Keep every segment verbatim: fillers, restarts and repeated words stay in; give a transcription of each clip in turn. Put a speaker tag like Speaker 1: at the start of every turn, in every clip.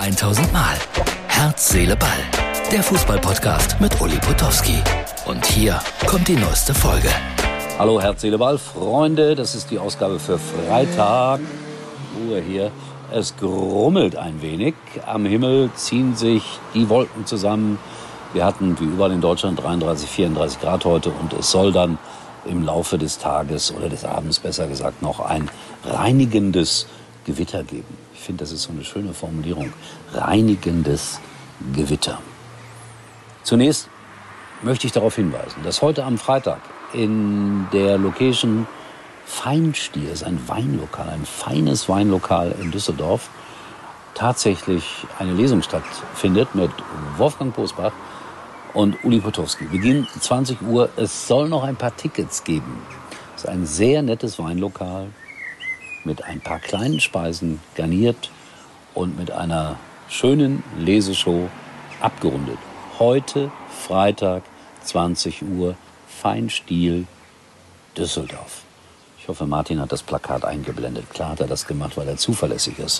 Speaker 1: tausend Mal. Herz, Seele, Ball. Der Fußball-Podcast mit Uli Potowski. Und hier kommt die neueste Folge.
Speaker 2: Hallo Herz, Seele, Ball, Freunde. Das ist die Ausgabe für Freitag. Ruhe hier. Es grummelt ein wenig. Am Himmel ziehen sich die Wolken zusammen. Wir hatten, wie überall in Deutschland, dreiunddreißig, vierunddreißig Grad heute. Und es soll dann im Laufe des Tages oder des Abends, besser gesagt, noch ein reinigendes Gewitter geben. Ich finde, das ist so eine schöne Formulierung. Reinigendes Gewitter. Zunächst möchte ich darauf hinweisen, dass heute am Freitag in der Location Feinstier, ist ein Weinlokal, ein feines Weinlokal in Düsseldorf, tatsächlich eine Lesung stattfindet mit Wolfgang Bosbach und Uli Potowski. Beginn zwanzig Uhr. Es soll noch ein paar Tickets geben. Es ist ein sehr nettes Weinlokal mit ein paar kleinen Speisen garniert und mit einer schönen Leseshow abgerundet. Heute, Freitag, zwanzig Uhr, Feinstil, Düsseldorf. Ich hoffe, Martin hat das Plakat eingeblendet. Klar hat er das gemacht, weil er zuverlässig ist.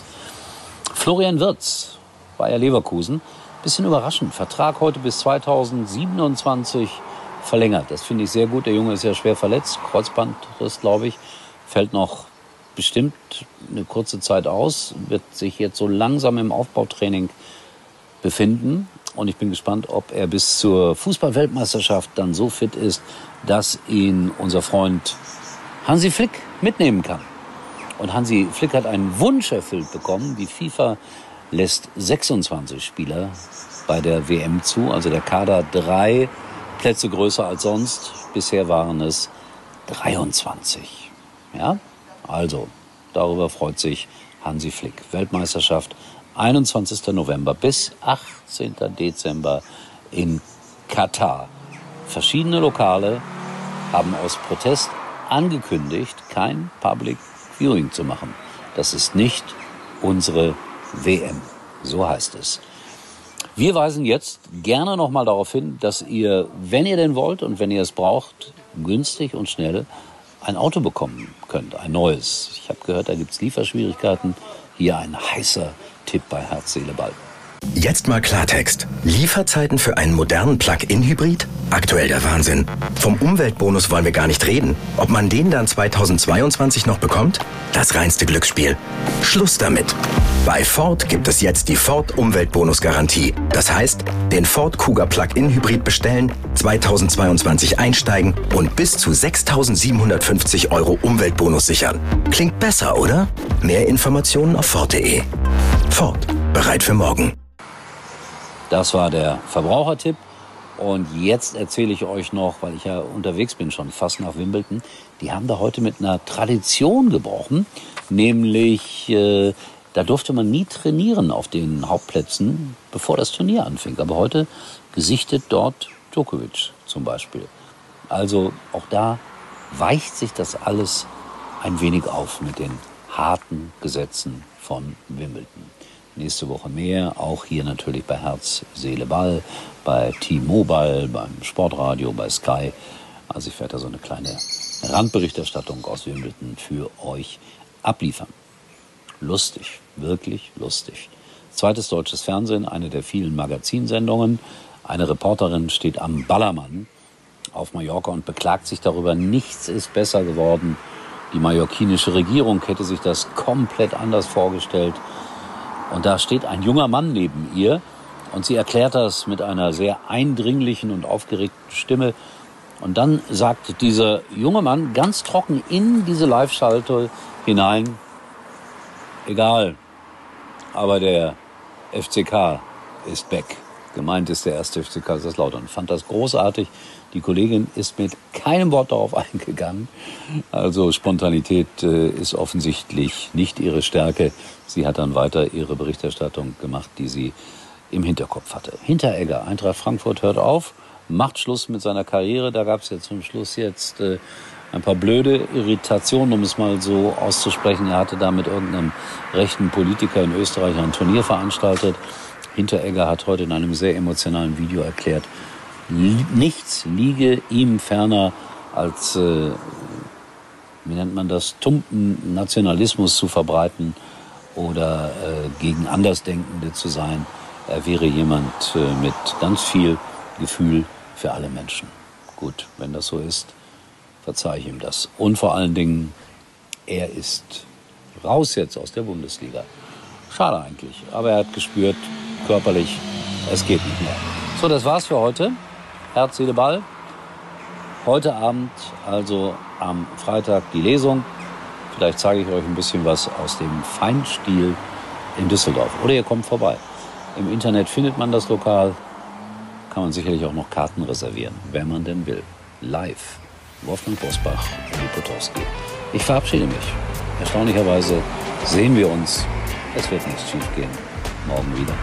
Speaker 2: Florian Wirtz, Bayer Leverkusen. Bisschen überraschend. Vertrag heute bis zweitausendsiebenundzwanzig verlängert. Das finde ich sehr gut. Der Junge ist ja schwer verletzt. Kreuzbandriss, glaube ich. Fällt noch bestimmt eine kurze Zeit aus. Wird sich jetzt so langsam im Aufbautraining befinden. Und ich bin gespannt, ob er bis zur Fußball-Weltmeisterschaft dann so fit ist, dass ihn unser Freund Hansi Flick mitnehmen kann. Und Hansi Flick hat einen Wunsch erfüllt bekommen. Die FIFA lässt sechsundzwanzig Spieler bei der W M zu. Also der Kader drei Plätze größer als sonst. Bisher waren es dreiundzwanzig. Ja, also darüber freut sich Hansi Flick. Weltmeisterschaft einundzwanzigsten November bis achtzehnten Dezember in Katar. Verschiedene Lokale haben aus Protest angekündigt, kein Public Viewing zu machen. Das ist nicht unsere W M. So heißt es. Wir weisen jetzt gerne nochmal darauf hin, dass ihr, wenn ihr denn wollt und wenn ihr es braucht, günstig und schnell ein Auto bekommen könnt, ein neues. Ich habe gehört, da gibt es Lieferschwierigkeiten. Hier ein heißer Tipp bei Herz, Seele, Ball.
Speaker 3: Jetzt mal Klartext. Lieferzeiten für einen modernen Plug-in-Hybrid? Aktuell der Wahnsinn. Vom Umweltbonus wollen wir gar nicht reden. Ob man den dann zweitausendzweiundzwanzig noch bekommt? Das reinste Glücksspiel. Schluss damit. Bei Ford gibt es jetzt die Ford Umweltbonus-Garantie. Das heißt, den Ford Kuga Plug-in-Hybrid bestellen, zweitausendzweiundzwanzig einsteigen und bis zu sechstausendsiebenhundertfünfzig Euro Umweltbonus sichern. Klingt besser, oder? Mehr Informationen auf Ford punkt de. Ford. Bereit für morgen.
Speaker 2: Das war der Verbrauchertipp. Und jetzt erzähle ich euch noch, weil ich ja unterwegs bin schon fast nach Wimbledon, die haben da heute mit einer Tradition gebrochen, nämlich äh, da durfte man nie trainieren auf den Hauptplätzen, bevor das Turnier anfing. Aber heute gesichtet dort Djokovic zum Beispiel. Also auch da weicht sich das alles ein wenig auf mit den harten Gesetzen von Wimbledon. Nächste Woche mehr, auch hier natürlich bei Herz, Seele, Ball, bei T-Mobile, beim Sportradio, bei Sky. Also ich werde da so eine kleine Randberichterstattung aus Wimbledon für euch abliefern. Lustig, wirklich lustig. Zweites deutsches Fernsehen, eine der vielen Magazinsendungen. Eine Reporterin steht am Ballermann auf Mallorca und beklagt sich darüber, nichts ist besser geworden. Die mallorquinische Regierung hätte sich das komplett anders vorgestellt. Und da steht ein junger Mann neben ihr und sie erklärt das mit einer sehr eindringlichen und aufgeregten Stimme. Und dann sagt dieser junge Mann ganz trocken in diese Live-Schalte hinein, egal, aber der F C K ist back. Gemeint ist der erste F C Kaiserslautern. Fand das großartig. Die Kollegin ist mit keinem Wort darauf eingegangen. Also Spontanität äh, ist offensichtlich nicht ihre Stärke. Sie hat dann weiter ihre Berichterstattung gemacht, die sie im Hinterkopf hatte. Hinteregger, Eintracht Frankfurt hört auf, macht Schluss mit seiner Karriere. Da gab es ja zum Schluss jetzt äh, ein paar blöde Irritationen, um es mal so auszusprechen. Er hatte da mit irgendeinem rechten Politiker in Österreich ein Turnier veranstaltet. Hinteregger hat heute in einem sehr emotionalen Video erklärt, nichts liege ihm ferner als, äh, wie nennt man das, tumpen Nationalismus zu verbreiten oder äh, gegen Andersdenkende zu sein. Er wäre jemand äh, mit ganz viel Gefühl für alle Menschen. Gut, wenn das so ist, verzeihe ich ihm das. Und vor allen Dingen, er ist raus jetzt aus der Bundesliga. Schade eigentlich, aber er hat gespürt, körperlich, es geht nicht mehr. So, das war's für heute. Herz, Seele, Ball. Heute Abend, also am Freitag, die Lesung. Vielleicht zeige ich euch ein bisschen was aus dem Feinstiel in Düsseldorf. Oder ihr kommt vorbei. Im Internet findet man das Lokal. Kann man sicherlich auch noch Karten reservieren, wenn man denn will. Live. Wolfgang Bosbach, Uli Potowski. Ich verabschiede mich. Erstaunlicherweise sehen wir uns. Es wird nichts schief gehen. Morgen wieder.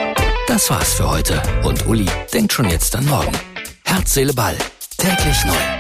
Speaker 1: Das war's für heute. Und Uli denkt schon jetzt an morgen. Herz, Seele, Ball. Täglich neu.